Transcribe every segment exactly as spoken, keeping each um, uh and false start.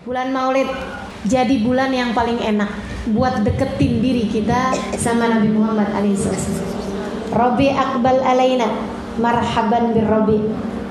Bulan Maulid jadi bulan yang paling enak buat deketin diri kita sama Nabi Muhammad alaihi wasallam. Rabi akbal alaina, marhaban bir Rabi.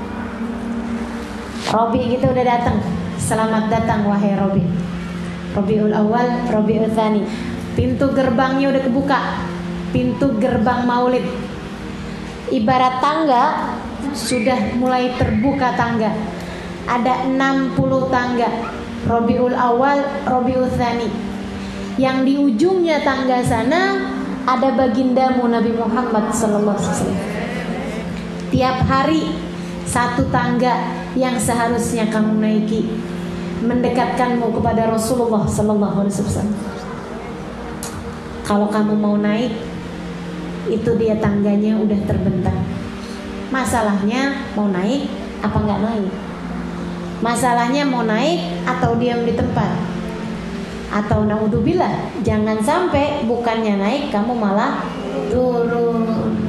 Rabi kita udah datang. Selamat datang wahai Rabi. Rabiul Awal, Rabiul Tsani. Pintu gerbangnya udah kebuka. Pintu gerbang Maulid. Ibarat tangga sudah mulai terbuka tangga. Ada enam puluh tangga. Rabiul Awal, Rabiul Tsani. Yang di ujungnya tangga sana ada bagindamu Nabi Muhammad sallallahu alaihi wasallam. Tiap hari satu tangga yang seharusnya kamu naiki mendekatkanmu kepada Rasulullah sallallahu alaihi wasallam. Kalau kamu mau naik, itu dia tangganya udah terbentang. Masalahnya mau naik apa nggak naik? Masalahnya mau naik atau diam di tempat? Atau naudzubillah, jangan sampai bukannya naik kamu malah turun.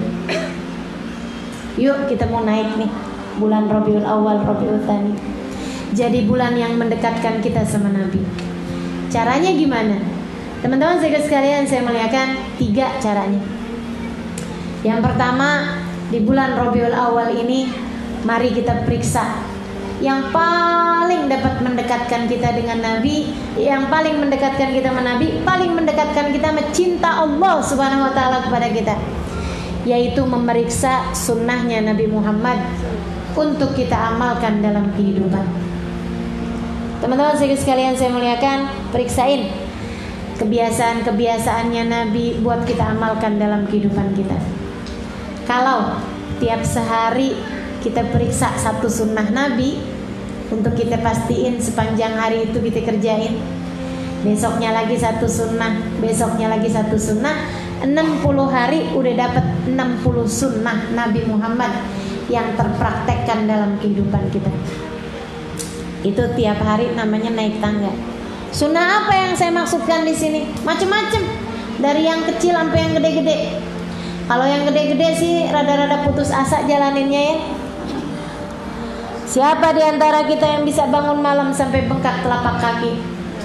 Yuk kita mau naik nih, bulan Rabiul Awal, Rabiul Tsani. Jadi bulan yang mendekatkan kita sama Nabi. Caranya gimana? Teman-teman sekalian, saya melihatkan tiga caranya. Yang pertama, di bulan Rabiul Awal ini mari kita periksa yang paling dapat mendekatkan kita dengan Nabi, yang paling mendekatkan kita dengan Nabi, paling mendekatkan kita mencinta Allah Subhanahu wa taala kepada kita, yaitu memeriksa sunnahnya Nabi Muhammad untuk kita amalkan dalam kehidupan. Teman-teman sekalian, saya muliakan, periksain kebiasaan-kebiasaannya Nabi buat kita amalkan dalam kehidupan kita. Kalau tiap sehari kita periksa satu sunnah Nabi, untuk kita pastiin sepanjang hari itu kita kerjain. Besoknya lagi satu sunnah, besoknya lagi satu sunnah. enam puluh hari udah dapat enam puluh sunnah Nabi Muhammad yang terpraktekkan dalam kehidupan kita. Itu tiap hari namanya naik tangga. Sunnah apa yang saya maksudkan di sini? Macam-macam, dari yang kecil sampai yang gede-gede. Kalau yang gede-gede sih rada-rada putus asa jalaninnya ya. Siapa di antara kita yang bisa bangun malam sampai bengkak telapak kaki?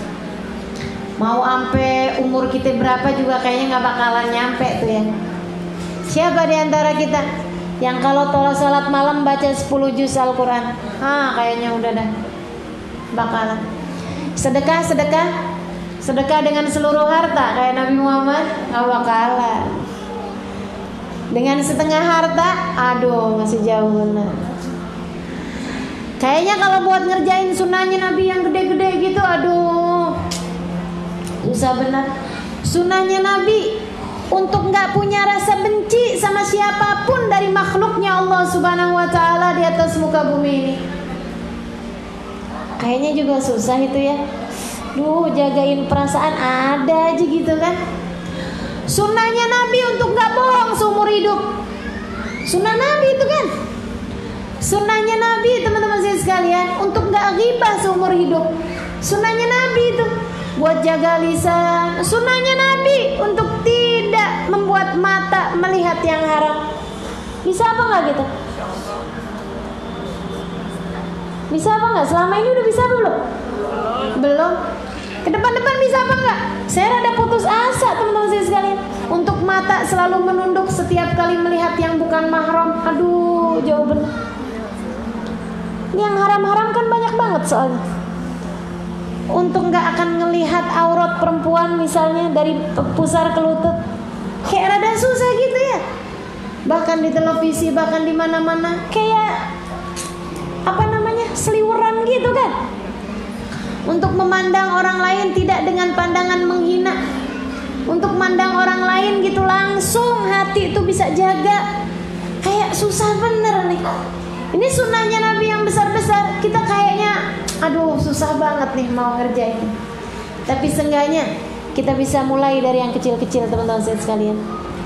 Mau sampai umur kita berapa juga kayaknya nggak bakalan nyampe tuh ya. Siapa di antara kita yang kalau tolak sholat malam baca sepuluh juz Al-Quran? Ah, kayaknya udah dah bakalan. Sedekah, sedekah, sedekah dengan seluruh harta kayak Nabi Muhammad? Nggak bakalan. Dengan setengah harta, aduh masih jauh benar. Kayaknya kalau buat ngerjain sunnahnya Nabi yang gede-gede gitu, aduh susah benar. Sunnahnya Nabi untuk gak punya rasa benci sama siapapun dari makhluknya Allah Subhanahu wa ta'ala di atas muka bumi ini. Kayaknya juga susah itu ya. Duh, jagain perasaan ada aja gitu kan. Sunnahnya Nabi untuk gak bohong seumur hidup. Sunnah Nabi itu kan. Sunnahnya Nabi teman-teman saya sekalian untuk gak ghibah seumur hidup. Sunnahnya Nabi itu buat jaga lisan. Sunnahnya Nabi untuk tidak membuat mata melihat yang haram. Bisa apa gak gitu? Bisa apa gak? Selama ini udah bisa belum? Belum. Ke depan-depan bisa apa gak? Saya rada putus asa teman-teman saya sekalian. Untuk mata selalu menunduk setiap kali melihat yang bukan mahram. Aduh jauh benar. Yang haram-haram kan banyak banget soalnya. Untuk gak akan ngelihat aurat perempuan misalnya dari pusar ke lutut, kayak rada susah gitu ya. Bahkan di televisi, bahkan di mana-mana kayak apa namanya, seliweran gitu kan. Untuk memandang orang lain tidak dengan pandangan menghina, untuk memandang orang lain gitu langsung hati itu bisa jaga. Kayak susah bener nih. Ini sunnahnya Nabi yang besar-besar, kita kayaknya aduh susah banget nih mau ngerjain. Tapi seenggaknya kita bisa mulai dari yang kecil-kecil teman-teman saya sekalian.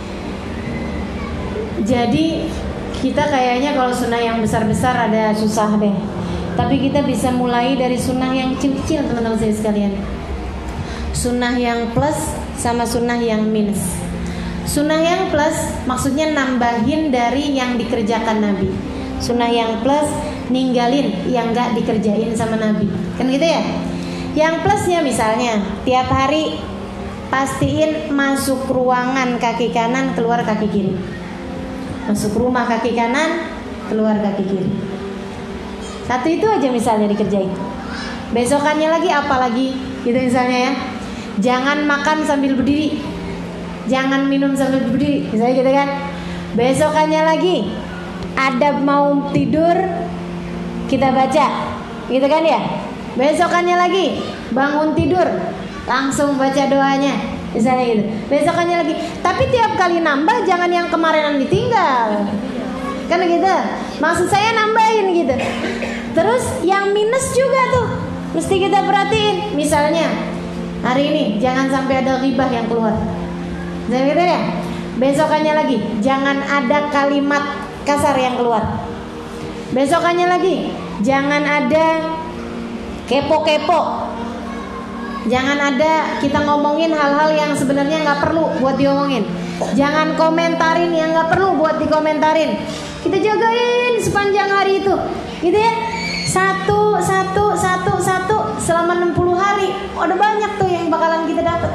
Jadi kita kayaknya kalau sunnah yang besar-besar ada susah deh. Tapi kita bisa mulai dari sunnah yang kecil-kecil teman-teman saya sekalian. Sunnah yang plus sama sunnah yang minus. Sunnah yang plus maksudnya nambahin dari yang dikerjakan Nabi. Sunnah yang plus ninggalin yang gak dikerjain sama Nabi. Kan gitu ya. Yang plusnya misalnya tiap hari pastiin masuk ruangan kaki kanan, keluar kaki kiri. Masuk rumah kaki kanan, keluar kaki kiri. Satu itu aja misalnya dikerjain. Besokannya lagi apa lagi gitu misalnya ya. Jangan makan sambil berdiri, jangan minum sambil berdiri, misalnya gitu kan. Besokannya lagi adab mau tidur kita baca, gitu kan ya. Besokannya lagi bangun tidur langsung baca doanya, misalnya gitu. Besokannya lagi, tapi tiap kali nambah jangan yang kemarinan ditinggal, kan gitu. Maksud saya nambahin gitu. Terus yang minus juga tuh mesti kita perhatiin. Misalnya hari ini jangan sampai ada ghibah yang keluar, misalnya gitu ya. Besokannya lagi jangan ada kalimat kasar yang keluar. Besokannya lagi jangan ada kepo-kepo. Jangan ada kita ngomongin hal-hal yang sebenarnya nggak perlu buat diomongin. Jangan komentarin yang nggak perlu buat dikomentarin. Kita jagain sepanjang hari itu, gitu ya. Satu, satu, satu, satu selama enam puluh hari. Oh, ada banyak tuh yang bakalan kita dapat.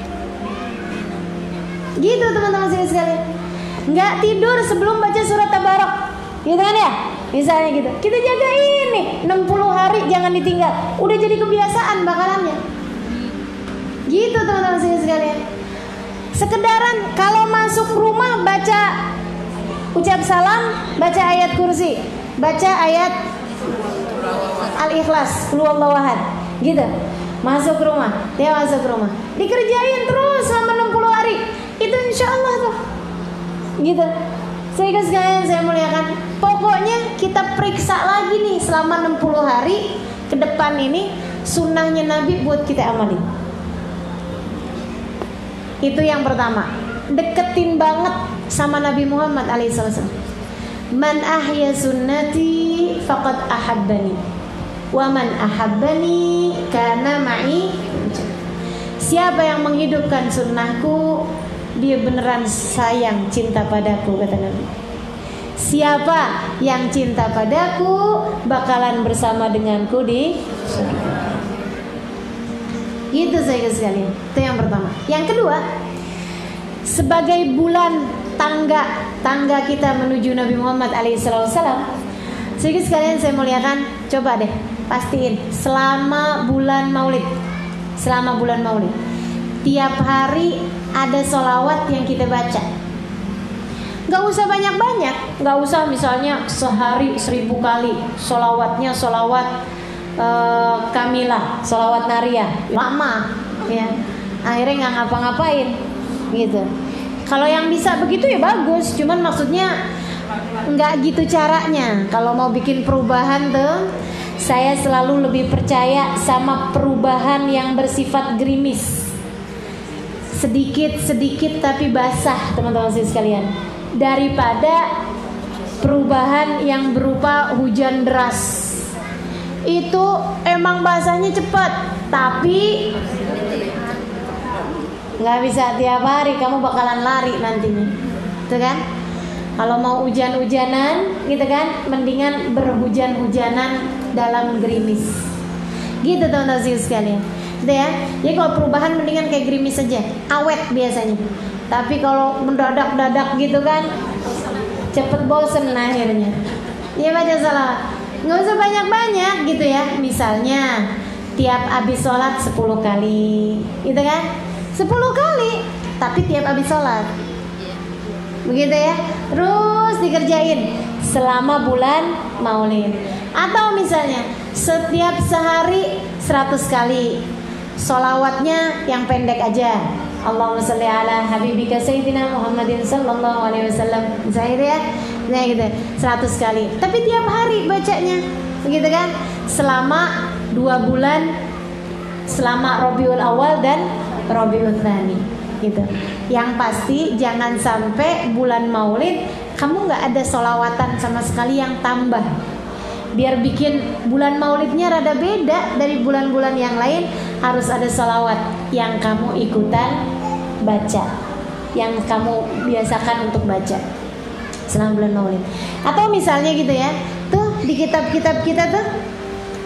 Gitu teman-teman sekalian. Nggak tidur sebelum baca surat Tabarak, gitu kan ya. Misalnya gitu. Kita jagain nih enam puluh hari jangan ditinggal. Udah jadi kebiasaan bakalannya. Gitu teman-teman sekalian. Sekedaran kalau masuk rumah baca ucap salam, baca ayat kursi, baca ayat Al-Ikhlas, Qul huwallahu ahad, gitu. Masuk rumah, dia masuk rumah. Dikerjain terus selama enam puluh hari. Itu insya Allah tuh. Gitu. Sehingga sekalian saya muliakan, pokoknya kita periksa lagi nih selama enam puluh hari ke depan ini sunnahnya Nabi buat kita amalin. Itu yang pertama. Deketin banget sama Nabi Muhammad alaihi wasallam. Man ahya sunnati faqad ahabbani wa man ahabbani kana ma'i. Siapa yang menghidupkan sunnahku, dia beneran sayang, cinta padaku, kata Nabi. Siapa yang cinta padaku bakalan bersama denganku di surga. Gitu saya sekalian. Itu yang pertama. Yang kedua, sebagai bulan tangga tangga kita menuju Nabi Muhammad alaihi wasallam. Sedikit sekalian saya muliakan, coba deh pastiin selama bulan Maulid, selama bulan Maulid, tiap hari ada sholawat yang kita baca. Gak usah banyak-banyak, gak usah misalnya sehari seribu kali sholawatnya sholawat uh, Kamilah, sholawat Nariyah, lama ya, akhirnya nggak ngapa-ngapain gitu. Kalau yang bisa begitu ya bagus, cuman maksudnya nggak gitu caranya. Kalau mau bikin perubahan tuh, saya selalu lebih percaya sama perubahan yang bersifat gerimis, sedikit-sedikit tapi basah, teman-teman sekalian, daripada perubahan yang berupa hujan deras. Itu emang basahnya cepat, tapi nggak bisa tiap hari, kamu bakalan lari nantinya, gitu kan? Kalau mau hujan-hujanan, gitu kan, mendingan berhujan-hujanan dalam gerimis, gitu teman-teman sekalian, gitu ya. Jadi kalau perubahan mendingan kayak gerimis saja, awet biasanya. Tapi kalau mendadak-dadak gitu kan, cepet bosen akhirnya. Ya baca salawat, nggak usah banyak-banyak gitu ya. Misalnya tiap habis sholat sepuluh kali, gitu kan? sepuluh kali, tapi tiap habis sholat, begitu ya. Terus dikerjain selama bulan Maulid. Atau misalnya setiap sehari seratus kali, sholawatnya yang pendek aja. Allahumma sholli ala habibika sayyidina Muhammadin sallallahu alaihi wasallam, misalnya ya, nah gitu, seratus kali. Tapi tiap hari bacanya, begitu kan? Selama dua bulan, selama Rabiul Awal dan Rabiul Tsani, gitu. Yang pasti jangan sampai bulan Maulid kamu nggak ada sholawatan sama sekali yang tambah. Biar bikin bulan Maulidnya rada beda dari bulan-bulan yang lain, harus ada sholawat yang kamu ikutan baca, yang kamu biasakan untuk baca selama bulan Maulid. Atau misalnya gitu ya, tuh di kitab-kitab kita tuh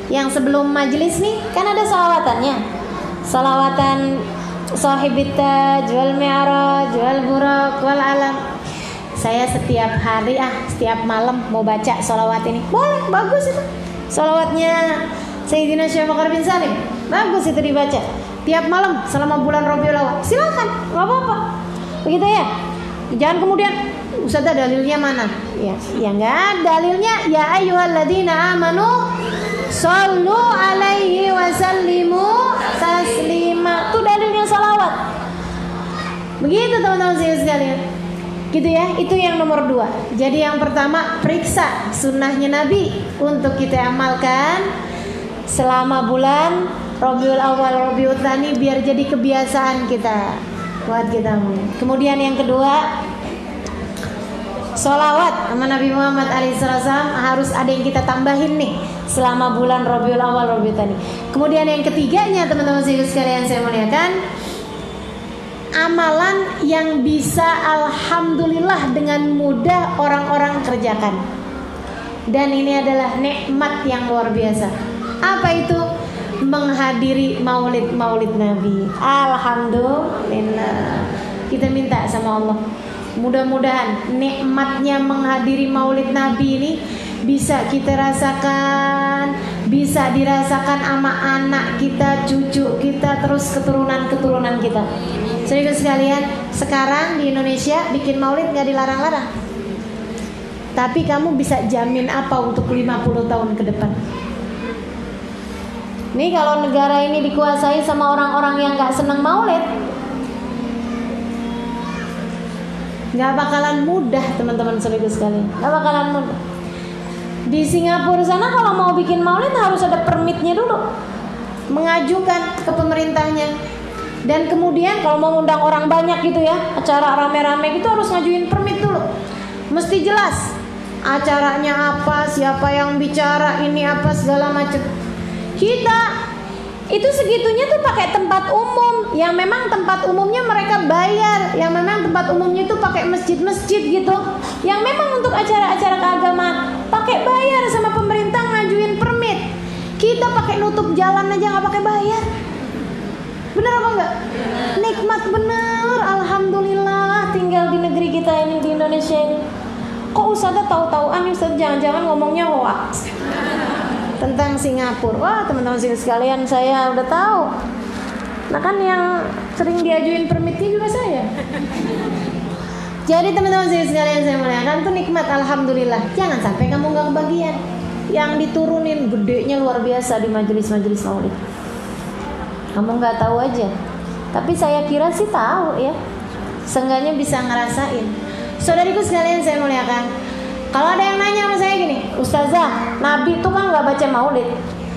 yang sebelum majelis nih kan ada salawatannya. Salawatan Shahibit Taj wal Mi'raj wal Buraq wal Alam. Saya setiap hari ah, setiap malam mau baca salawat ini. Boleh, bagus itu. Salawatnya Sayyidina Syekh Bakar bin Salim. Bagus itu dibaca. Tiap malam selama bulan Rabiul Awal. Silakan, enggak apa-apa. Begitu ya. Jangan kemudian Ustazah dalilnya mana? Ya, ya enggak dalilnya ya ayyuhalladzina amanu shallu alaihi wasallimu taslima. Itu dalilnya salawat. Begitu teman-teman sekalian. Gitu ya, itu yang nomor dua. Jadi yang pertama, periksa sunnahnya Nabi untuk kita amalkan selama bulan Rabiul Awal, Rabiul Tsani, biar jadi kebiasaan kita buat kita. Kemudian yang kedua, sholawat sama Nabi Muhammad alaihi wasallam harus ada yang kita tambahin nih selama bulan Rabiul Awal, Rabiul Tsani. Kemudian yang ketiganya, teman-teman sekalian saya muliakan, amalan yang bisa alhamdulillah dengan mudah orang-orang kerjakan. Dan ini adalah nikmat yang luar biasa. Apa itu? Menghadiri maulid-maulid Nabi. Alhamdulillah. Kita minta sama Allah, mudah-mudahan nikmatnya menghadiri maulid Nabi ini bisa kita rasakan, bisa dirasakan sama anak kita, cucu kita, terus keturunan-keturunan kita. Saudara sekalian, sekarang di Indonesia bikin maulid gak dilarang-larang. Tapi kamu bisa jamin apa untuk lima puluh tahun ke depan? Nih kalau negara ini dikuasai sama orang-orang yang gak senang maulid, gak bakalan mudah teman-teman saudara sekalian. Gak bakalan mudah. Di Singapura sana kalau mau bikin maulid harus ada permitnya dulu, mengajukan ke pemerintahnya. Dan kemudian kalau mau undang orang banyak gitu ya, acara rame-rame gitu harus ngajuin permit dulu. Mesti jelas acaranya apa, siapa yang bicara, ini apa, segala macam. Kita itu segitunya tuh pakai tempat umum, yang memang tempat umumnya mereka bayar, yang memang tempat umumnya itu pakai masjid-masjid gitu, yang memang untuk acara-acara keagamaan pakai bayar sama pemerintah ngajuin permit. Kita pakai nutup jalan aja nggak pakai bayar. Bener apa enggak? Nikmat bener, alhamdulillah tinggal di negeri kita ini, di Indonesia ini. Kok Ustazah tahu-tahuan nih Ustazah, jangan-jangan ngomongnya hoax tentang Singapura. Wah teman-teman sekalian, saya udah tahu. Nah kan yang sering diajuin permitnya juga saya. Jadi teman-teman sekalian saya muliakan, tuh nikmat alhamdulillah. Jangan sampai kamu gak kebagian. Yang diturunin gedenya luar biasa di majelis-majelis maulid. Kamu gak tahu aja. Tapi saya kira sih tahu ya. Seenggaknya bisa ngerasain. Saudariku sekalian saya muliakan, kalau ada yang nanya sama saya gini, Ustazah, Nabi itu kan gak baca maulid.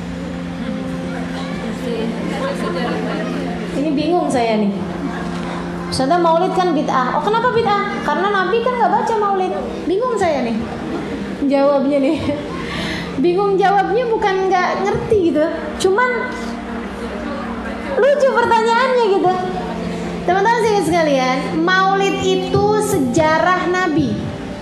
Ini bingung saya nih. Ustazah, maulid kan bid'ah. Oh kenapa bid'ah? Karena Nabi kan gak baca maulid. Bingung saya nih jawabnya nih. Bingung jawabnya bukan gak ngerti gitu, cuman lucu pertanyaannya gitu. Teman-teman sekalian, maulid itu sejarah Nabi.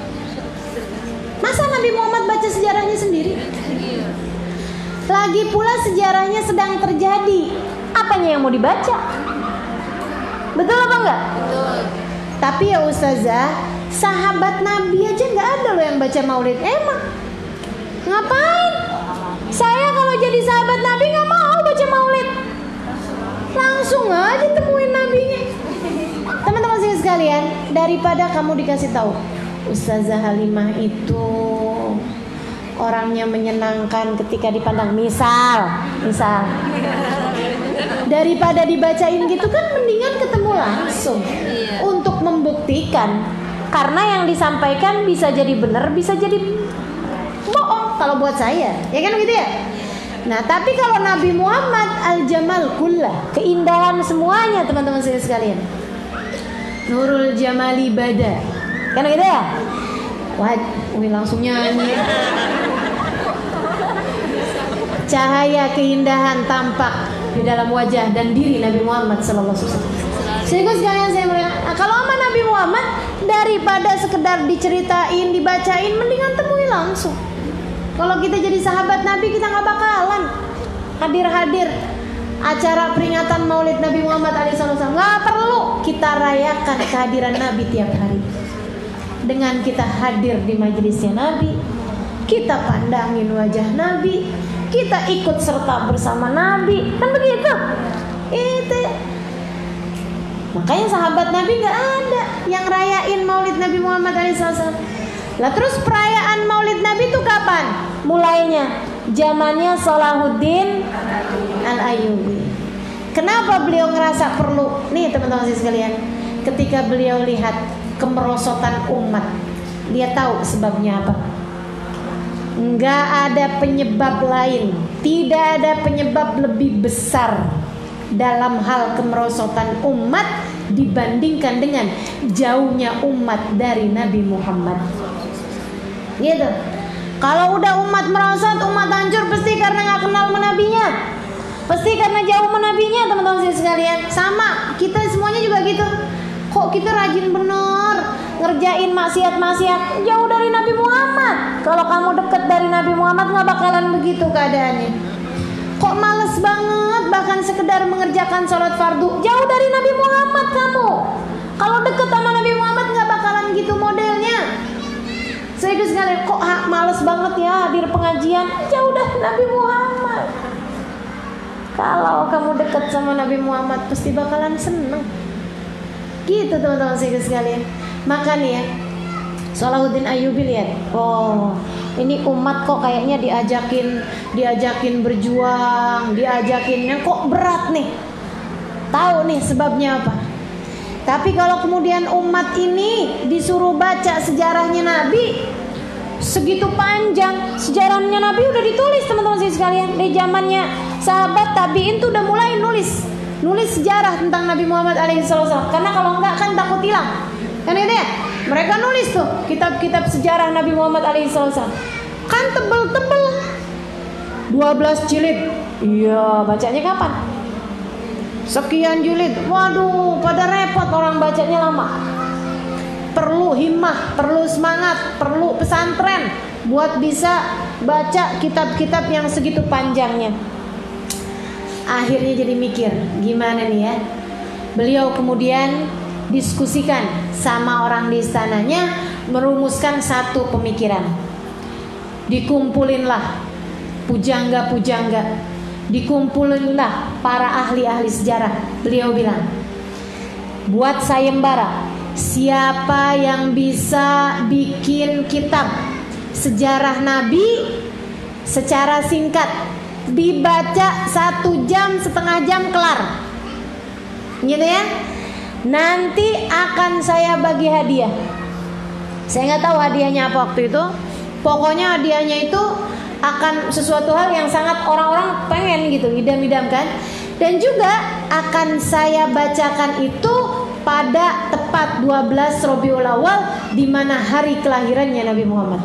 Masa Nabi Muhammad baca sejarahnya sendiri? Lagi pula sejarahnya sedang terjadi. Apanya yang mau dibaca? Betul apa enggak? Betul. Tapi ya Ustazah, sahabat Nabi aja nggak ada loh yang baca maulid. Emang ngapain? Saya kalau jadi sahabat Nabi nggak mau baca maulid. Langsung aja temuin Nabinya. Teman-teman sekalian, daripada kamu dikasih tahu Ustazah Halimah itu orangnya menyenangkan ketika dipandang, misal, misal, daripada dibacain gitu kan mendingan ketemu langsung untuk membuktikan. Karena yang disampaikan bisa jadi benar, bisa jadi bohong kalau buat saya, ya kan gitu ya. Nah tapi kalau Nabi Muhammad al-Jamal kullah, keindahan semuanya teman-teman sekalian, Nurul Jamali Bada, kan gitu ya. Wah, wih langsung nyanyi. Cahaya keindahan tampak di dalam wajah dan diri Nabi Muhammad sallallahu alaihi wasallam. Sehingga sekalian saya melihat, nah, kalau sama Nabi Muhammad daripada sekedar diceritain, dibacain, mendingan temui langsung. Kalau kita jadi sahabat Nabi, kita nggak bakalan hadir-hadir acara peringatan Maulid Nabi Muhammad shallallahu alaihi wasallam. Nggak perlu kita rayakan kehadiran Nabi tiap hari. Dengan kita hadir di majelisnya Nabi, kita pandangin wajah Nabi, kita ikut serta bersama Nabi, kan begitu? Itu. Makanya sahabat Nabi nggak ada yang rayain Maulid Nabi Muhammad shallallahu alaihi wasallam. Lah terus perayaan Maulid Nabi itu kapan? Mulainya zamannya Salahuddin Al-Ayyubi. Kenapa beliau ngerasa perlu? Nih teman-teman sekalian, ketika beliau lihat kemerosotan umat, dia tahu sebabnya apa. Enggak ada penyebab lain, tidak ada penyebab lebih besar dalam hal kemerosotan umat dibandingkan dengan jauhnya umat dari Nabi Muhammad. Gitu. Kalau udah umat merosot, umat hancur, pasti karena nggak kenal menabinya, pasti karena jauh menabinya, teman-teman sekalian. Sama kita semuanya juga gitu. Kok kita rajin bener ngerjain maksiat-maksiat, jauh dari Nabi Muhammad. Kalau kamu deket dari Nabi Muhammad nggak bakalan begitu keadaannya. Kok males banget bahkan sekedar mengerjakan sholat fardu, jauh dari Nabi Muhammad kamu. Kalau deket sama Nabi Muhammad nggak bakalan gitu modelnya. Saya so, sekalian, kok ha, males banget ya hadir pengajian, jauh dari Nabi Muhammad. Kalau kamu dekat sama Nabi Muhammad pasti bakalan seneng. Gitu teman-teman saya sekalian. Maka nih ya, Salahuddin Ayyubi lihat, oh ini umat kok kayaknya diajakin diajakin berjuang, diajakinnya kok berat nih. Tahu nih sebabnya apa. Tapi kalau kemudian umat ini disuruh baca sejarahnya Nabi, segitu panjang sejarahnya Nabi udah ditulis teman-teman sekalian. Di zamannya sahabat tabiin tuh udah mulai nulis nulis sejarah tentang Nabi Muhammad alaihi wasallam. Karena kalau enggak kan takut hilang. Kan itu ya? Mereka nulis tuh kitab-kitab sejarah Nabi Muhammad alaihi wasallam. Kan tebel-tebel, dua belas jilid. Iya, bacanya kapan? Sekian jilid. Waduh, pada repot orang bacanya lama. Perlu himmah, perlu semangat, perlu pesantren buat bisa baca kitab-kitab yang segitu panjangnya. Akhirnya jadi mikir, gimana nih ya? Beliau kemudian diskusikan sama orang di istananya, merumuskan satu pemikiran. Dikumpulinlah pujangga-pujangga, dikumpulinlah para ahli-ahli sejarah. Beliau bilang, buat sayembara, siapa yang bisa bikin kitab sejarah Nabi secara singkat, dibaca satu jam, setengah jam kelar, gitu ya, nanti akan saya bagi hadiah. Saya nggak tahu hadiahnya apa waktu itu. Pokoknya hadiahnya itu akan sesuatu hal yang sangat orang-orang pengen gitu, idam-idamkan. Dan juga akan saya bacakan itu pada tepat dua belas Rabiul Awal, di mana hari kelahirannya Nabi Muhammad.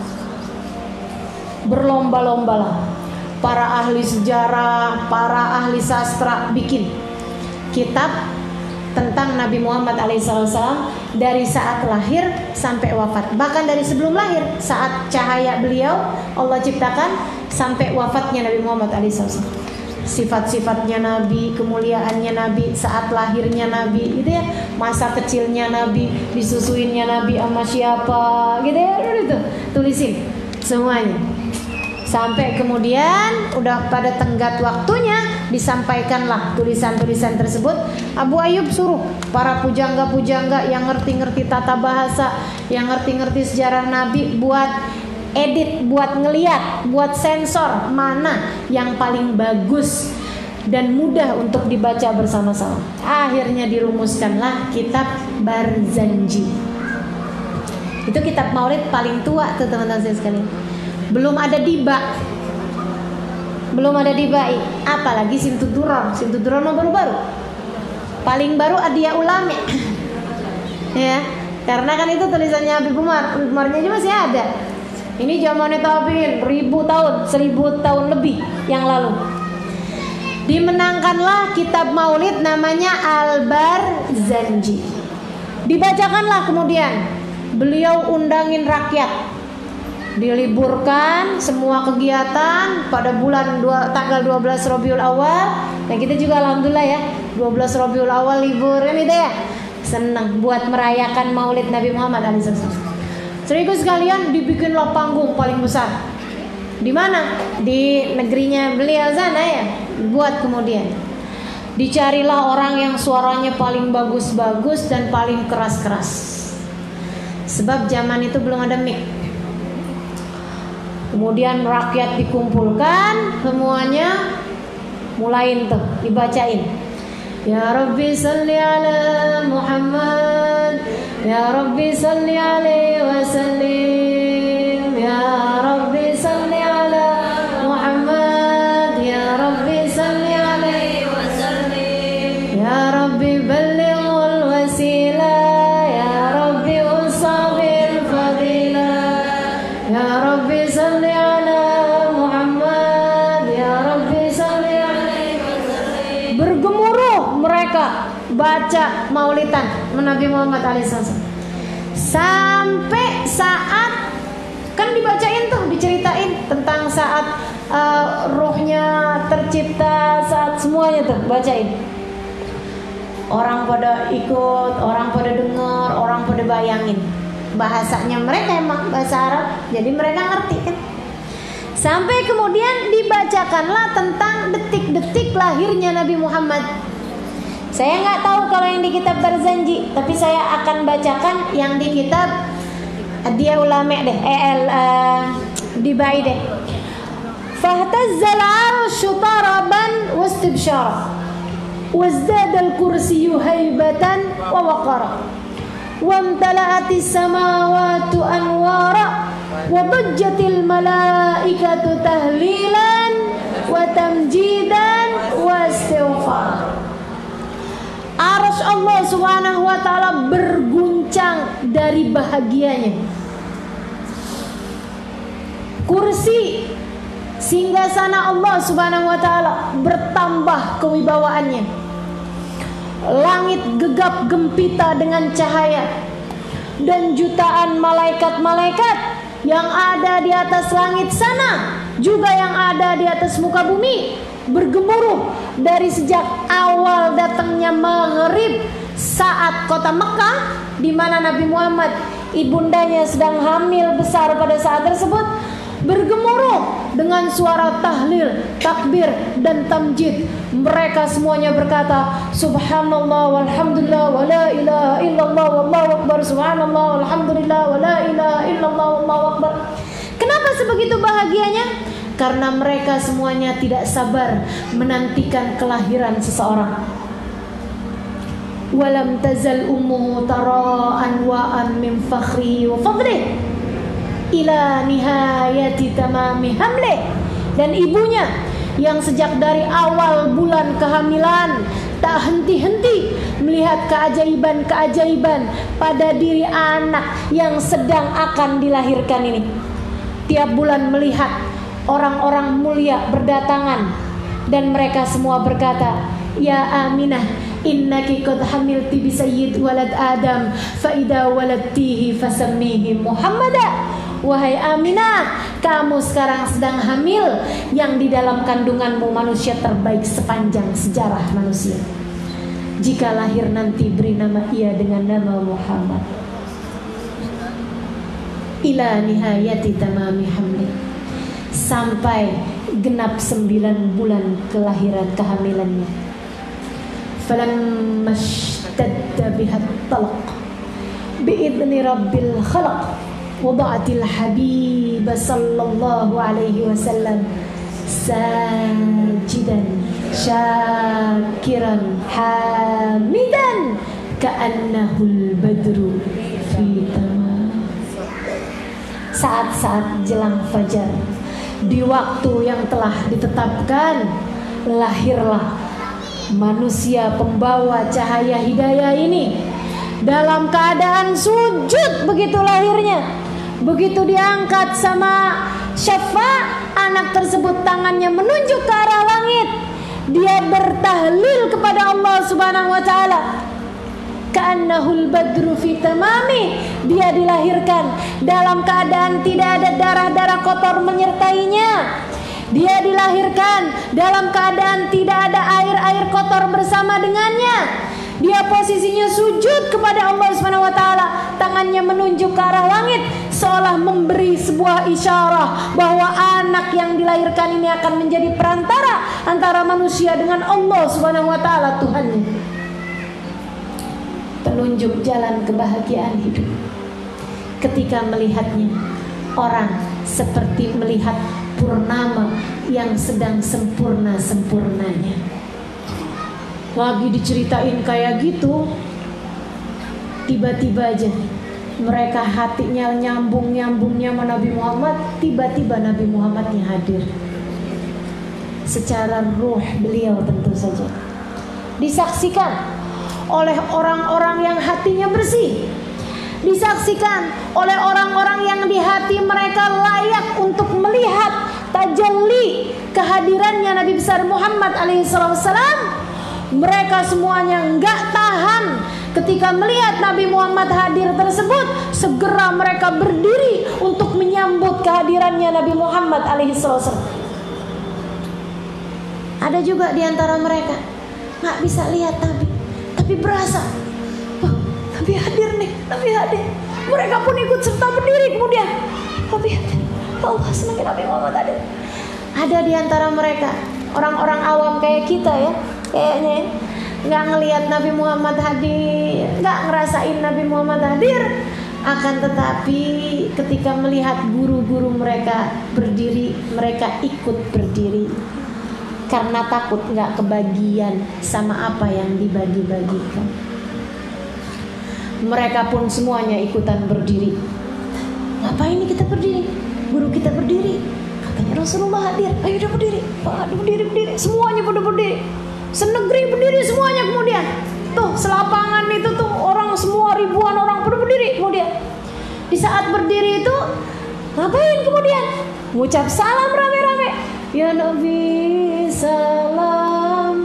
Berlomba-lombalah para ahli sejarah, para ahli sastra bikin kitab tentang Nabi Muhammad alaihissalam dari saat lahir sampai wafat. Bahkan dari sebelum lahir, saat cahaya beliau Allah ciptakan sampai wafatnya Nabi Muhammad alaihissalam. Sifat-sifatnya Nabi, kemuliaannya Nabi, saat lahirnya Nabi, gitu ya, masa kecilnya Nabi, disusuinnya Nabi sama siapa, gitu ya, itu tulisin semuanya. Sampai kemudian udah pada tenggat waktunya disampaikanlah tulisan-tulisan tersebut. Abu Ayyub suruh para pujangga-pujangga yang ngerti-ngerti tata bahasa, yang ngerti-ngerti sejarah Nabi buat edit, buat ngeliat, buat sensor mana yang paling bagus dan mudah untuk dibaca bersama-sama. Akhirnya dirumuskanlah kitab Barzanji. Itu kitab Maulid paling tua tuh teman-teman sekalian. Belum ada Diba, belum ada Dibai, apalagi Sintuduron. Sintuduron baru-baru. Paling baru Adia Ulame. Ya, karena kan itu tulisannya Habib Umar. Habib Umarnya aja masih ada. Ini zamannya tabiin, ribu tahun, seribu tahun lebih yang lalu. Dimenangkanlah kitab Maulid namanya Al-Barzanji. Dibacakanlah kemudian. Beliau undangin rakyat. diliburkan semua kegiatan pada bulan dua, tanggal dua belas Rabiul Awal. Dan kita juga alhamdulillah ya, dua belas Rabiul Awal libur kan itu ya. Senang buat merayakan Maulid Nabi Muhammad alaihi wasallam. Seribu sekalian, dibikinlah panggung paling besar. Di mana? Di negerinya beliau sana ya. Buat kemudian dicarilah orang yang suaranya paling bagus-bagus dan paling keras-keras. Sebab zaman itu belum ada mic. Kemudian rakyat dikumpulkan, semuanya mulain tuh dibacain. Ya Rabbi salli ala Muhammad, Ya Rabbi salli alaihi wasallim, Ya Rabbi salli ala Muhammad, Ya Rabbi salli alaihi wasallim, Ya Rabbi ballighul wasilah, Ya Rabbi usabil fadilah, Ya Rabbi salli ala Muhammad, Ya Rabbi salli alaihi wasallim. Bergemuruh mereka baca maulidan Nabi Muhammad alaihissalam sampai saat kan dibacain tuh, diceritain tentang saat uh, ruhnya tercipta, saat semuanya tuh bacain. Orang pada ikut, orang pada dengar, orang pada bayangin. Bahasanya mereka emang bahasa Arab, jadi mereka ngerti kan. Sampai kemudian dibacakanlah tentang detik-detik lahirnya Nabi Muhammad. Saya nggak tahu kalau yang di kitab Barzanji, tapi saya akan bacakan yang di kitab dia ulama deh, el uh, dibai deh. Fahtazzal arsyu taraban wastibsyara, wazdada al-kursiyyu haibatan wa waqara, wamtala'atis samawati anwara, wa dajjatil malaikatu tahlilan wa tamjidan wa istighfar. Arsy Allah Subhanahu wa taala berguncang dari bahagianya. Kursi singgasana Allah Subhanahu wa taala bertambah kewibawaannya. Langit gegap gempita dengan cahaya, dan jutaan malaikat-malaikat yang ada di atas langit sana, juga yang ada di atas muka bumi, bergemuruh dari sejak awal datangnya maghrib saat kota Mekah, di mana Nabi Muhammad ibundanya sedang hamil besar pada saat tersebut, bergemuruh dengan suara tahlil, takbir dan tamjid. Mereka semuanya berkata subhanallah walhamdulillah wa la ilaha illallah wallahu akbar, subhanallah walhamdulillah wa la ilaha illallah wallahu akbar. Kenapa sebegitu bahagianya? Karena mereka semuanya tidak sabar menantikan kelahiran seseorang. Walam tazal ummuhu tara anwa'an min fakhrihi wa fadlihi ila nihayati tamami hamlih. Dan ibunya yang sejak dari awal bulan kehamilan tak henti-henti melihat keajaiban-keajaiban pada diri anak yang sedang akan dilahirkan ini. Tiap bulan melihat orang-orang mulia berdatangan, dan mereka semua berkata, ya Aminah, innaki qad hamilti bi sayyid walad Adam, fa idza waladtihi fasammihi Muhammada. Wahai Aminah, kamu sekarang sedang hamil yang di dalam kandunganmu manusia terbaik sepanjang sejarah manusia. Jika lahir nanti, beri nama ia dengan nama Muhammad. Ila nihayati tamami hamli, sampai genap sembilan bulan kelahiran kehamilannya. Falamma ishtadda bihat talaq biidni rabbil khalaq, wada'atil habib sallallahu alaihi wasallam sajidan syakiran hamidan ka'annahul badru fi tamam. Saat-saat jelang fajar, di waktu yang telah ditetapkan, lahirlah manusia pembawa cahaya hidayah ini dalam keadaan sujud. Begitu lahirnya, begitu diangkat sama Syafa, anak tersebut tangannya menunjuk ke arah langit. Dia bertahlil kepada Allah Subhanahu wa taala. ka'annahul badru fi tamami. Dia dilahirkan dalam keadaan tidak ada darah-darah kotor menyertainya. Dia dilahirkan dalam keadaan tidak ada air-air kotor bersama dengannya. Dia posisinya sujud kepada Allah subhanahu wa taala, tangannya menunjuk ke arah langit, seolah memberi sebuah isyarah bahwa anak yang dilahirkan ini akan menjadi perantara antara manusia dengan Allah subhanahu wa taala Tuhannya. Penunjuk jalan kebahagiaan hidup. Ketika melihatnya, orang seperti melihat purnama yang sedang sempurna-sempurnanya. Lagi diceritain kayak gitu, tiba-tiba aja mereka hatinya nyambung-nyambungnya sama Nabi Muhammad. Tiba-tiba Nabi Muhammadnya hadir secara ruh beliau, tentu saja disaksikan oleh orang-orang yang hatinya bersih, disaksikan oleh orang-orang yang di hati mereka layak untuk melihat tajalli kehadirannya Nabi besar Muhammad alaihi salam. Mereka semuanya enggak tahan ketika melihat Nabi Muhammad hadir tersebut. Segera mereka berdiri untuk menyambut kehadirannya Nabi Muhammad alaihi salam. Ada juga di antara mereka enggak bisa lihat Nabi, tapi berasa, wah, Nabi hadir nih, Nabi hadir. Mereka pun ikut serta berdiri kemudian. Nabi hadir. Allah senang Nabi Muhammad hadir. Ada di antara mereka orang-orang awam kayak kita ya, kayaknya nggak ngelihat Nabi Muhammad hadir, nggak ngerasain Nabi Muhammad hadir. Akan tetapi ketika melihat guru-guru mereka berdiri, mereka ikut berdiri karena takut nggak kebagian sama apa yang dibagi-bagikan. Mereka pun semuanya ikutan berdiri. Ngapain ini kita berdiri? Guru kita berdiri, katanya Rasulullah hadir. Ayo udah berdiri, Pak, berdiri berdiri. Semuanya pada berdiri. Senegeri berdiri semuanya kemudian. Tuh selapangan itu tuh orang semua ribuan orang pada berdiri kemudian. Di saat berdiri itu ngapain kemudian? Ngucap salam rame-rame. Ya Nabi salam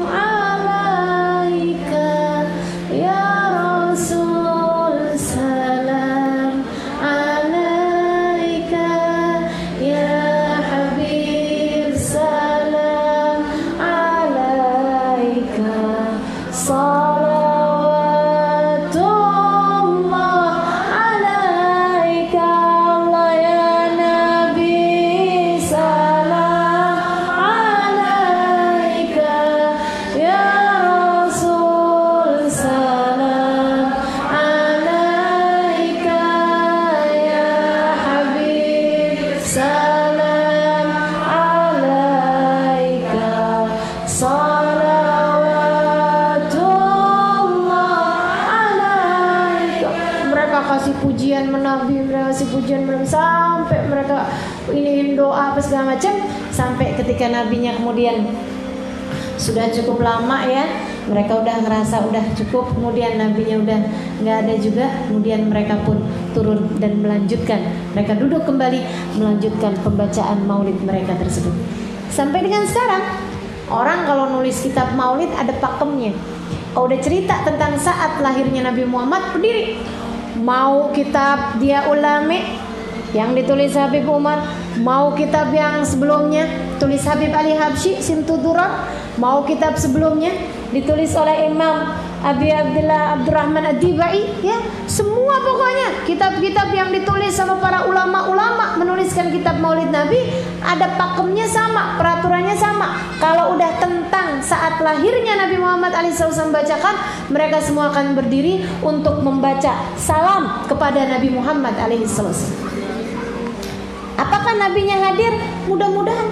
alaika, ya Rasul salam alaika, ya Habib salam alaika. Salawatullah alaika, Allah ya Nabi salam alaika, ya Rasul salam alaika, ya Habib salam alaika. Kasih pujian menabi, mereka kasih pujian menabi sampai mereka iniin doa apa segala macam, sampai ketika nabinya kemudian sudah cukup lama ya, mereka udah ngerasa udah cukup, kemudian nabinya udah nggak ada juga, kemudian mereka pun turun dan melanjutkan, mereka duduk kembali melanjutkan pembacaan maulid mereka tersebut. Sampai dengan sekarang orang kalau nulis kitab maulid ada pakemnya. Kalau udah cerita tentang saat lahirnya Nabi Muhammad, berdiri. Mau kitab dia ulame yang ditulis Habib Umar, mau kitab yang sebelumnya tulis Habib Ali Habsyi Simtudurar, mau kitab sebelumnya ditulis oleh Imam Abi Abdullah Abdurrahman Ad-Dibai, ya semua pokoknya kitab-kitab yang ditulis sama para ulama-ulama menuliskan kitab Maulid Nabi ada pakemnya sama, peraturannya sama. Kalau udah tentang saat lahirnya Nabi Muhammad alaihissalam bacakan, mereka semua akan berdiri untuk membaca salam kepada Nabi Muhammad alaihissalam. Apakah nabinya hadir? Mudah-mudahan.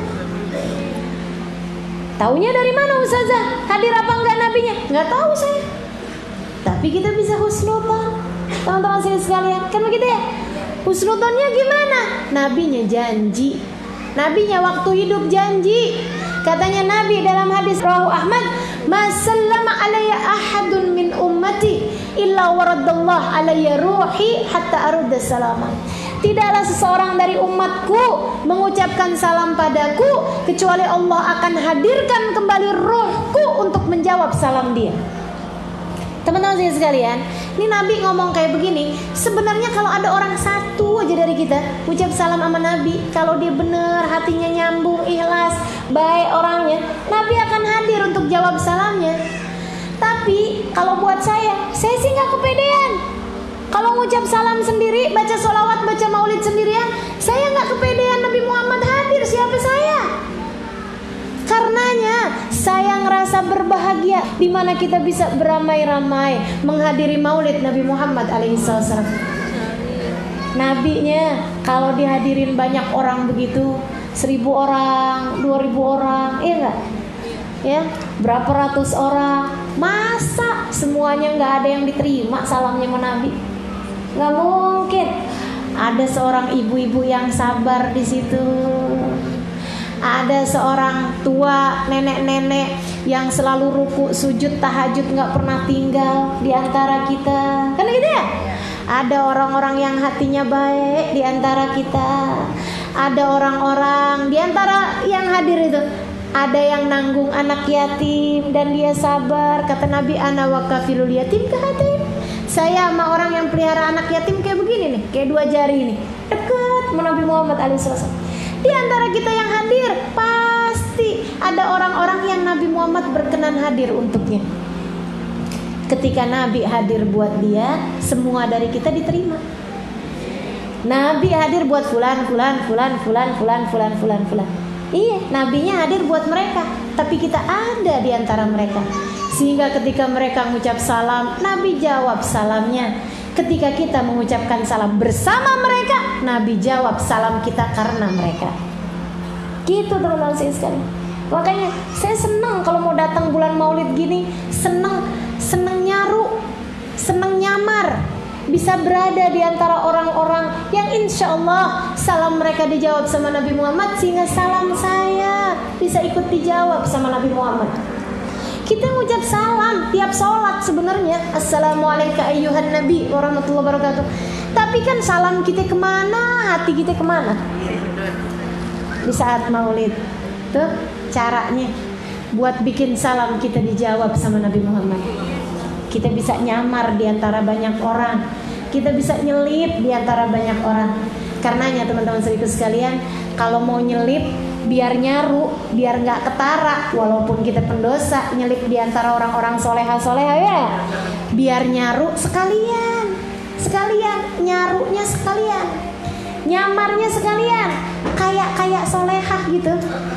Taunya dari mana Ustazah? Hadir apa enggak nabinya? Enggak tahu saya. Tapi kita bisa husnudzon. Teman-teman sini sekalian, kan begitu ya? Husnudzonnya gimana? Nabinya janji. Nabinya waktu hidup janji. Katanya Nabi dalam hadis rawahu Ahmad, "Ma sallama alayya ahadun min ummati illa waradallahu alayya ruhi hatta arudda salama." Tidaklah seseorang dari umatku mengucapkan salam padaku kecuali Allah akan hadirkan kembali ruhku untuk menjawab salam dia. Teman-teman saya sekalian, ini Nabi ngomong kayak begini. Sebenarnya kalau ada orang satu aja dari kita ucap salam sama Nabi, kalau dia benar, hatinya nyambung, ikhlas, baik orangnya, Nabi akan hadir untuk jawab salamnya. Tapi kalau buat saya, saya sih gak kepedean. Kalau ngucap salam sendiri, baca sholawat, baca maulid sendirian, saya gak kepedean Nabi Muhammad hadir. Siapa saya? Karenanya saya ngerasa berbahagia di mana kita bisa beramai-ramai menghadiri maulid Nabi Muhammad alaihissalam. Nabinya kalau dihadirin banyak orang begitu, seribu orang, dua ribu orang, iya enggak? Ya, berapa ratus orang, masa semuanya nggak ada yang diterima salamnya sama Nabi? Nggak mungkin. Ada seorang ibu-ibu yang sabar di situ. Ada seorang tua, nenek-nenek yang selalu ruku, sujud, tahajud, nggak pernah tinggal di antara kita. Kan gitu ya? Ada orang-orang yang hatinya baik di antara kita. Ada orang-orang di antara yang hadir itu, ada yang nanggung anak yatim dan dia sabar. Kata Nabi, ana wa kafilul yatim kahatin. Saya sama orang yang pelihara anak yatim kayak begini nih, kayak dua jari ini, dekat sama Nabi Muhammad alaihissalam. Di antara kita yang hadir, pasti ada orang-orang yang Nabi Muhammad berkenan hadir untuknya. Ketika Nabi hadir buat dia, semua dari kita diterima. Nabi hadir buat fulan, fulan, fulan, fulan, fulan, fulan, fulan, fulan. Iya, Nabinya hadir buat mereka, tapi kita ada di antara mereka. Sehingga ketika mereka mengucap salam, Nabi jawab salamnya. Ketika kita mengucapkan salam bersama mereka, Nabi jawab salam kita karena mereka. Gitu teman-teman saya sekalian. Makanya saya senang kalau mau datang bulan maulid gini, senang, senang nyaru, senang nyamar, bisa berada di antara orang-orang yang insya Allah salam mereka dijawab sama Nabi Muhammad, sehingga salam saya bisa ikut dijawab sama Nabi Muhammad. Kita ngucap salam tiap sholat sebenarnya, assalamualaikum ayyuhan nabi warahmatullahi wabarakatuh. Tapi kan salam kita kemana, hati kita kemana? Di saat maulid tuh caranya buat bikin salam kita dijawab sama Nabi Muhammad. Kita bisa nyamar di antara banyak orang, kita bisa nyelip di antara banyak orang. Karenanya teman-teman saudaraku sekalian, kalau mau nyelip biar nyaru, biar nggak ketara, walaupun kita pendosa, nyelip di antara orang-orang soleha-soleha ya, biar nyaru sekalian, sekalian nyarunya sekalian, nyamarnya sekalian, kayak kayak solehah gitu,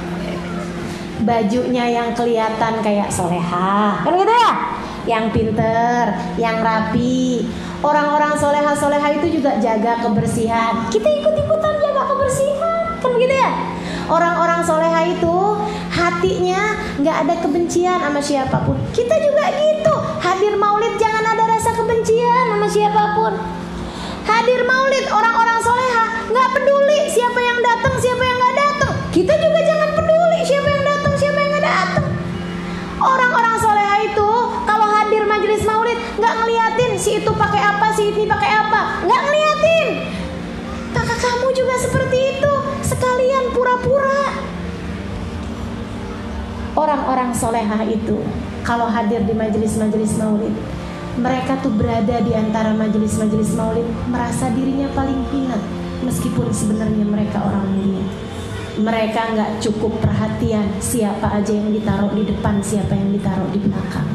bajunya yang kelihatan kayak solehah, kan gitu ya, yang pinter, yang rapi. Orang-orang soleha-soleha itu juga jaga kebersihan, kita ikut-ikutan jaga kebersihan, kan gitu ya. Orang-orang soleha itu hatinya gak ada kebencian sama siapapun. Kita juga gitu. Hadir maulid jangan ada rasa kebencian sama siapapun. Hadir maulid orang-orang soleha gak peduli siapa yang datang, siapa yang gak datang. Kita juga jangan peduli siapa yang datang, siapa yang gak datang. Orang-orang soleha itu kalau hadir majelis maulid gak ngeliatin si itu pakai apa, si ini pakai apa, gak ngeliatin. Maka kamu juga seperti itu, sekalian pura-pura. Orang-orang solehah itu kalau hadir di majelis-majelis maulid, mereka tuh berada di antara majelis-majelis maulid, merasa dirinya paling hina, meskipun sebenarnya mereka orang mulia. Mereka gak cukup perhatian siapa aja yang ditaruh di depan, siapa yang ditaruh di belakang.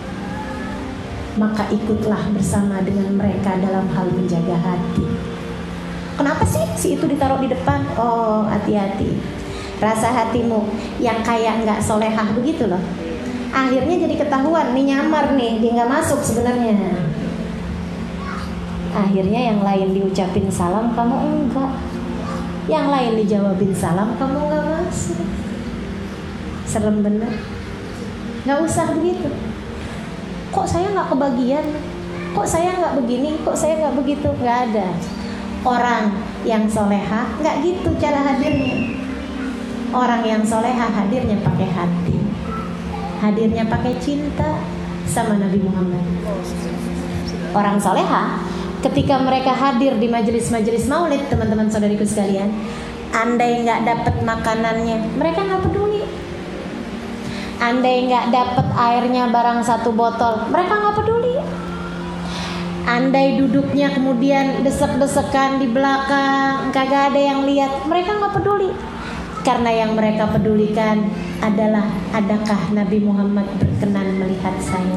Maka ikutlah bersama dengan mereka dalam hal menjaga hati. Kenapa sih si itu ditaruh di depan? Oh, hati-hati. Rasa hatimu yang kayak nggak solehah begitu loh. Akhirnya jadi ketahuan nih, nyamar nih, dia nggak masuk sebenarnya. Akhirnya yang lain diucapin salam, kamu enggak. Yang lain dijawabin salam, kamu nggak masuk. Serem bener. Nggak usah begitu. Kok saya nggak kebagian? Kok saya nggak begini? Kok saya nggak begitu? Nggak ada. Orang yang soleha nggak gitu cara hadirnya. Orang yang soleha hadirnya pakai hati, hadirnya pakai cinta sama Nabi Muhammad. Orang soleha ketika mereka hadir di majelis-majelis maulid, teman-teman saudariku sekalian, andai nggak dapat makanannya, mereka nggak peduli. Andai nggak dapet airnya barang satu botol, mereka nggak peduli. Andai duduknya kemudian desek-desekan di belakang, kagak ada yang lihat, mereka nggak peduli. Karena yang mereka pedulikan adalah, adakah Nabi Muhammad berkenan melihat saya,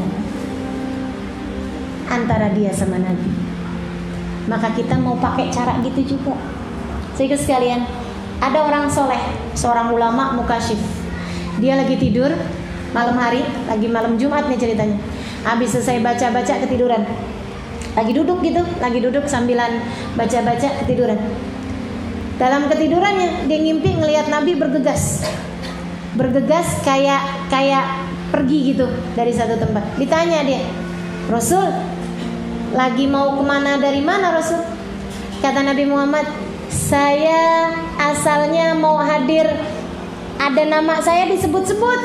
antara dia sama Nabi. Maka kita mau pakai cara gitu juga. Sehingga sekalian, ada orang soleh, seorang ulama mukasyif. Dia lagi tidur malam hari, lagi malam Jumat nih ceritanya. Habis selesai baca-baca ketiduran. Lagi duduk gitu, lagi duduk sambilan baca-baca ketiduran. Dalam ketidurannya dia ngimpi ngelihat Nabi bergegas. Bergegas kayak kayak pergi gitu dari satu tempat. Ditanya dia, "Rasul, lagi mau kemana, dari mana Rasul?" Kata Nabi Muhammad, "Saya asalnya mau hadir, ada nama saya disebut-sebut.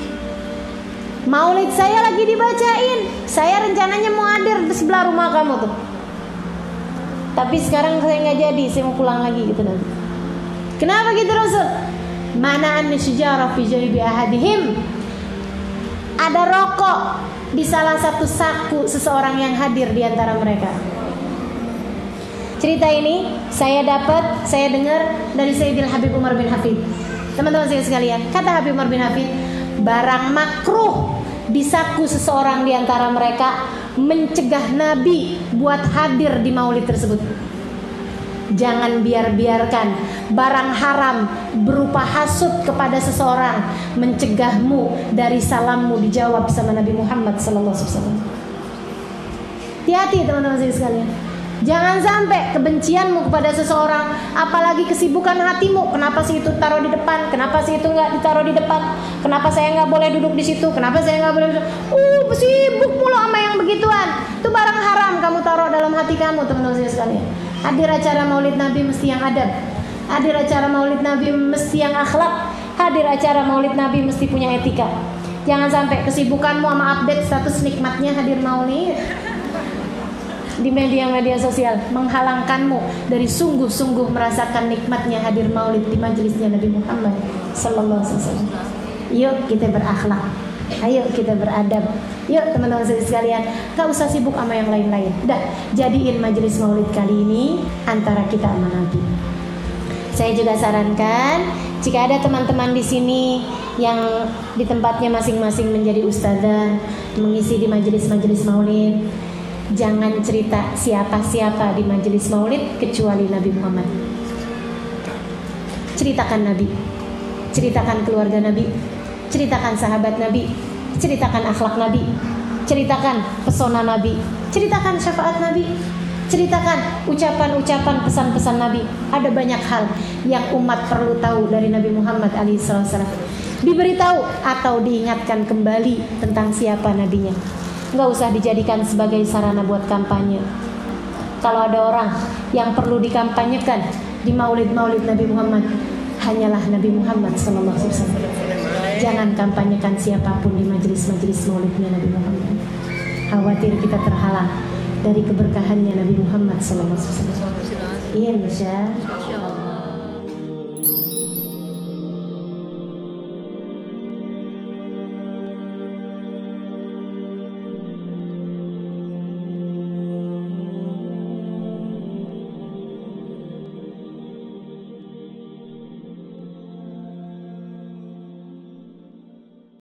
Maulid saya lagi dibacain. Saya rencananya mau hadir di sebelah rumah kamu tuh. Tapi sekarang saya nggak jadi, saya mau pulang lagi," gitu Nabi. "Kenapa gitu Rasul?" "Mana an syujarah fi jaybi ahadihim." Ada rokok di salah satu saku seseorang yang hadir di antara mereka. Cerita ini saya dapat, saya dengar dari Sayyidil Habib Umar bin Hafid. Teman-teman saya sekalian, kata Habib Umar bin Hafid, barang makruh di saku seseorang di antara mereka mencegah Nabi buat hadir di maulid tersebut. Jangan biar-biarkan barang haram berupa hasud kepada seseorang mencegahmu dari salammu dijawab sama Nabi Muhammad sallallahu alaihi wasallam. Hati-hati teman-teman saya sekalian. Jangan sampai kebencianmu kepada seseorang, apalagi kesibukan hatimu, kenapa sih itu taruh di depan, kenapa sih itu nggak ditaruh di depan, kenapa saya nggak boleh duduk di situ, kenapa saya nggak boleh duduk, uh sibuk mulu sama yang begituan. Itu barang haram kamu taruh dalam hati kamu, teman-teman saya sekalian. Hadir acara maulid Nabi mesti yang adab, hadir acara maulid Nabi mesti yang akhlak, hadir acara maulid Nabi mesti punya etika. Jangan sampai kesibukanmu sama update status nikmatnya hadir maulid di media-media sosial menghalangkanmu dari sungguh-sungguh merasakan nikmatnya hadir maulid di majelisnya Nabi Muhammad sallallahu alaihi wasallam. Yuk kita berakhlak, ayo kita beradab. Yuk teman-teman sekalian, gak usah sibuk sama yang lain-lain. Dah, jadiin majelis maulid kali ini antara kita sama Nabi. Saya juga sarankan, jika ada teman-teman di sini yang di tempatnya masing-masing menjadi ustazah, mengisi di majelis-majelis maulid, jangan cerita siapa-siapa di majelis maulid kecuali Nabi Muhammad. Ceritakan Nabi, ceritakan keluarga Nabi, ceritakan sahabat Nabi, ceritakan akhlak Nabi, ceritakan pesona Nabi, ceritakan syafaat Nabi, ceritakan ucapan-ucapan pesan-pesan Nabi. Ada banyak hal yang umat perlu tahu dari Nabi Muhammad alaihi wasallam. Diberitahu atau diingatkan kembali tentang siapa nabinya. Nggak usah dijadikan sebagai sarana buat kampanye. Kalau ada orang yang perlu dikampanyekan di maulid-maulid Nabi Muhammad, hanyalah Nabi Muhammad sallallahu alaihi wasallam. Jangan kampanyekan siapapun di majelis-majelis maulidnya Nabi Muhammad. Khawatir kita terhalang dari keberkahannya Nabi Muhammad sallallahu alaihi wasallam. Iya, Masya.